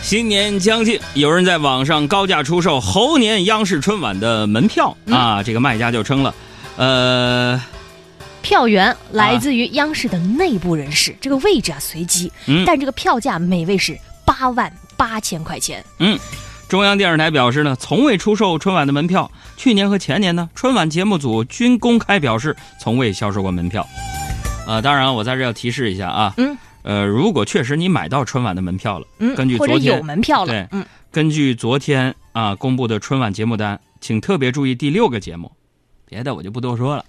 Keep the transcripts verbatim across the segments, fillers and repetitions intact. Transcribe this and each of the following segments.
新年将近，有人在网上高价出售猴年央视春晚的门票、嗯、啊，这个卖家就称了，呃， 票源来自于央视的内部人士，啊、这个位置啊随机、嗯，但这个票价每位是八万八千块钱。 嗯，中央电视台表示呢，从未出售春晚的门票。去年和前年呢，春晚节目组均公开表示从未销售过门票。呃，当然我在这要提示一下啊，嗯。呃，如果确实你买到春晚的门票了，嗯，根据昨天或者有门票了， 对， 嗯， 根据昨天啊公布的春晚节目单，请特别注意第六个节目，别的我就不多说了。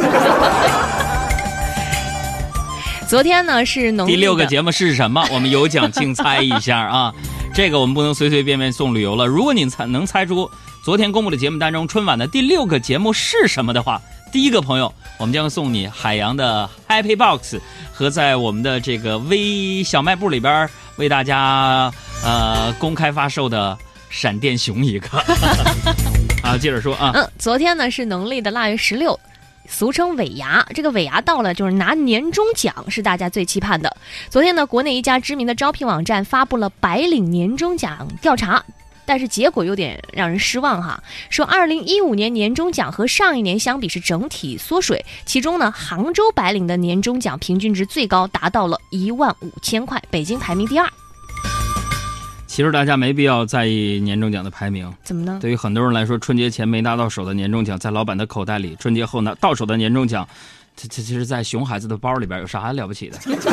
昨天呢是农历的第六个节目是什么？我们有奖竞猜一下啊，这个我们不能随随便便送旅游了。如果你猜能猜出昨天公布的节目单中春晚的第六个节目是什么的话，第一个朋友我们将送你海洋的 Happy Box 和在我们的这个微小卖部里边为大家呃公开发售的闪电熊一个。啊，接着说啊， 嗯，昨天呢是农历的腊月十六，俗称尾牙。这个尾牙到了，就是拿年终奖是大家最期盼的。昨天呢，国内一家知名的招聘网站发布了白领年终奖调查。但是结果有点让人失望哈，说二零一五年年终奖和上一年相比是整体缩水，其中呢，杭州白领的年终奖平均值最高达到了一万五千块，北京排名第二。 其实大家没必要在意年终奖的排名， 怎么呢？ 对于很多人来说，春节前没拿到手的年终奖在老板的口袋里，春节后拿到手的年终奖，这这其实在熊孩子的包里边有啥了不起的？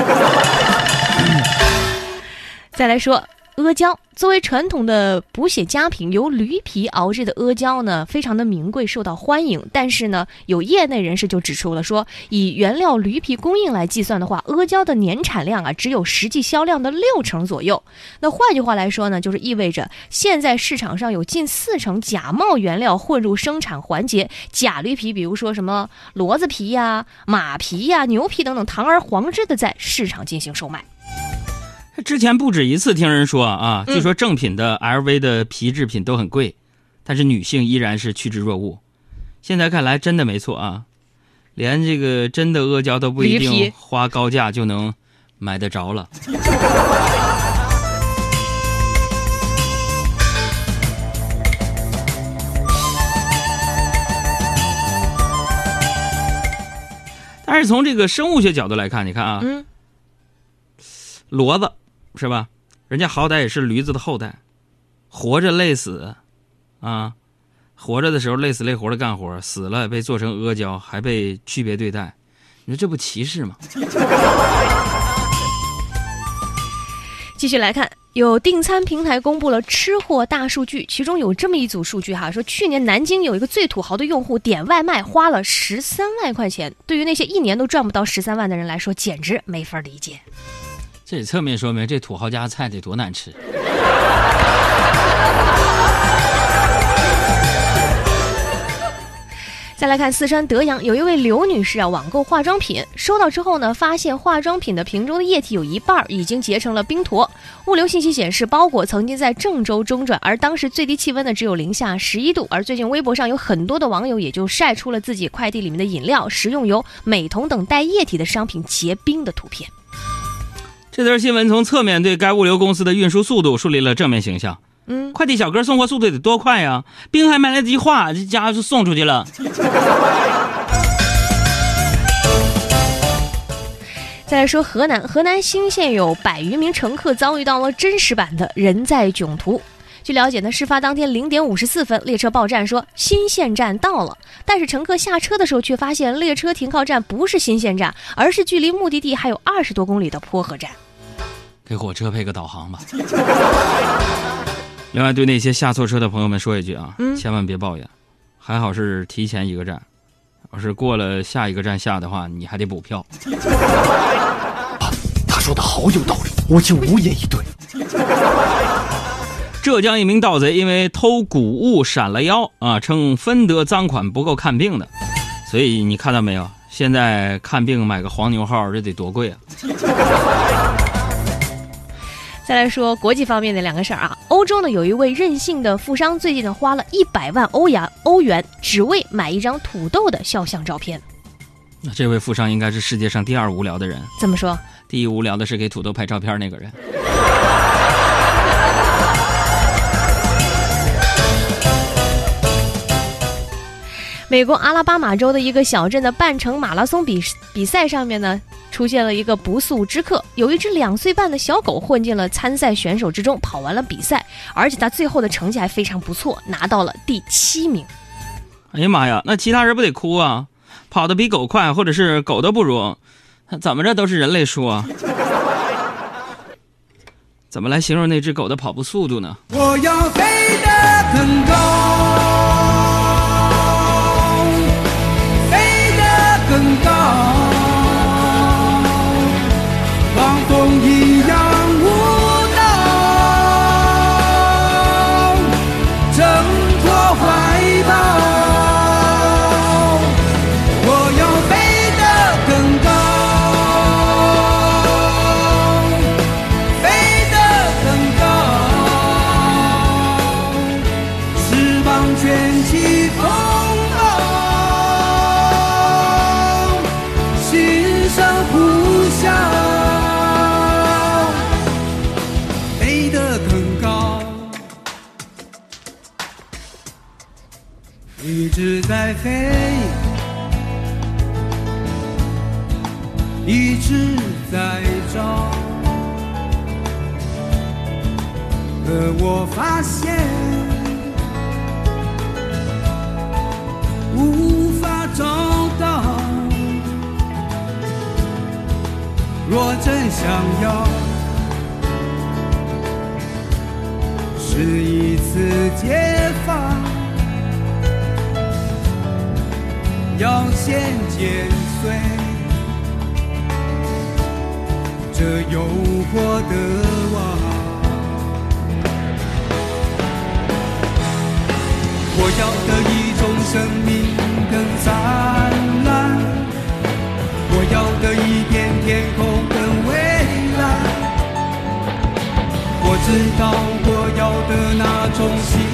再来说阿胶，作为传统的补血佳品，由驴皮熬制的阿胶呢，非常的名贵，受到欢迎。但是呢，有业内人士就指出了说，以原料驴皮供应来计算的话，阿胶的年产量啊，只有实际销量的六成左右。那换句话来说呢，就是意味着现在市场上有近四成假冒原料混入生产环节，假驴皮，比如说什么骡子皮呀、啊、马皮呀、啊、牛皮等等，堂而皇之的在市场进行售卖。 之前不止一次听人说啊，据说正品的 L V 的皮制品都很贵，但是女性依然是趋之若鹜。现在看来真的没错啊，连这个真的阿胶都不一定花高价就能买得着了。但是从这个生物学角度来看，你看啊，嗯，骡子是吧？人家好歹也是驴子的后代，活着累死啊，活着的时候累死累活的干活，死了被做成阿胶，还被区别对待，你说这不歧视吗？ 继续来看，有订餐平台公布了吃货大数据，其中有这么一组数据哈，说去年南京有一个最土豪的用户点外卖花了十三万块钱，对于那些一年都赚不到十三万的人来说，简直没法理解。 这也侧面说明这土豪家菜得多难吃。 再来看四川德阳，有一位刘女士啊，网购化妆品，收到之后呢，发现化妆品的瓶中的液体有一半已经结成了冰坨。物流信息显示，包裹曾经在郑州中转，而当时最低气温呢只有零下十一度。而最近微博上有很多的网友也就晒出了自己快递里面的饮料食用油、美瞳等带液体的商品结冰的图片。 这则新闻从侧面对该物流公司的运输速度树立了正面形象。嗯，快递小哥送货速度得多快呀！冰还没来得及化，这家伙就送出去了。 再来说河南，河南新县有百余名乘客遭遇到了真实版的人在囧途。据了解呢，事发当天零点五十四分，列车报站说新县站到了，但是乘客下车的时候却发现列车停靠站不是新县站，而是距离目的地还有二十多公里的坡河站。 给火车配个导航吧。另外，对那些下错车的朋友们说一句啊，嗯、千万别抱怨，还好是提前一个站，要是过了下一个站下的话，你还得补票。 啊，他说的好有道理，我就无言以对。 浙江一名盗贼因为偷古物闪了腰啊，称分得赃款不够看病的，所以你看到没有？现在看病买个黄牛号，这得多贵啊！ 再来说国际方面的两个事儿啊，欧洲呢有一位任性的富商，最近呢花了一百万欧元欧元，只为买一张土豆的肖像照片。 那这位富商应该是世界上第二无聊的人。 怎么说？ 第一无聊的是给土豆拍照片那个人。 美国阿拉巴马州的一个小镇的半程马拉松比比赛上面呢，出现了一个不速之客，有一只两岁半的小狗混进了参赛选手之中，跑完了比赛，而且他最后的成绩还非常不错，拿到了第七名。 哎呀妈呀，那其他人不得哭啊？跑得比狗快，或者是狗都不如，怎么着都是人类输啊？怎么来形容那只狗的跑步速度呢？ 我要飞得更高，飞得更高，狂风一样舞蹈，挣脱怀抱。我要飞得更高，飞得更高，翅膀卷起风暴，心声呼啸，飞得更高，一直在飞，一直在找，可我发现无法找到。若真想要，是一次解放，要先剪碎这诱惑的网。我要的一种生命更灿烂，我要的一片天空更蔚蓝，我知道我要的那种幸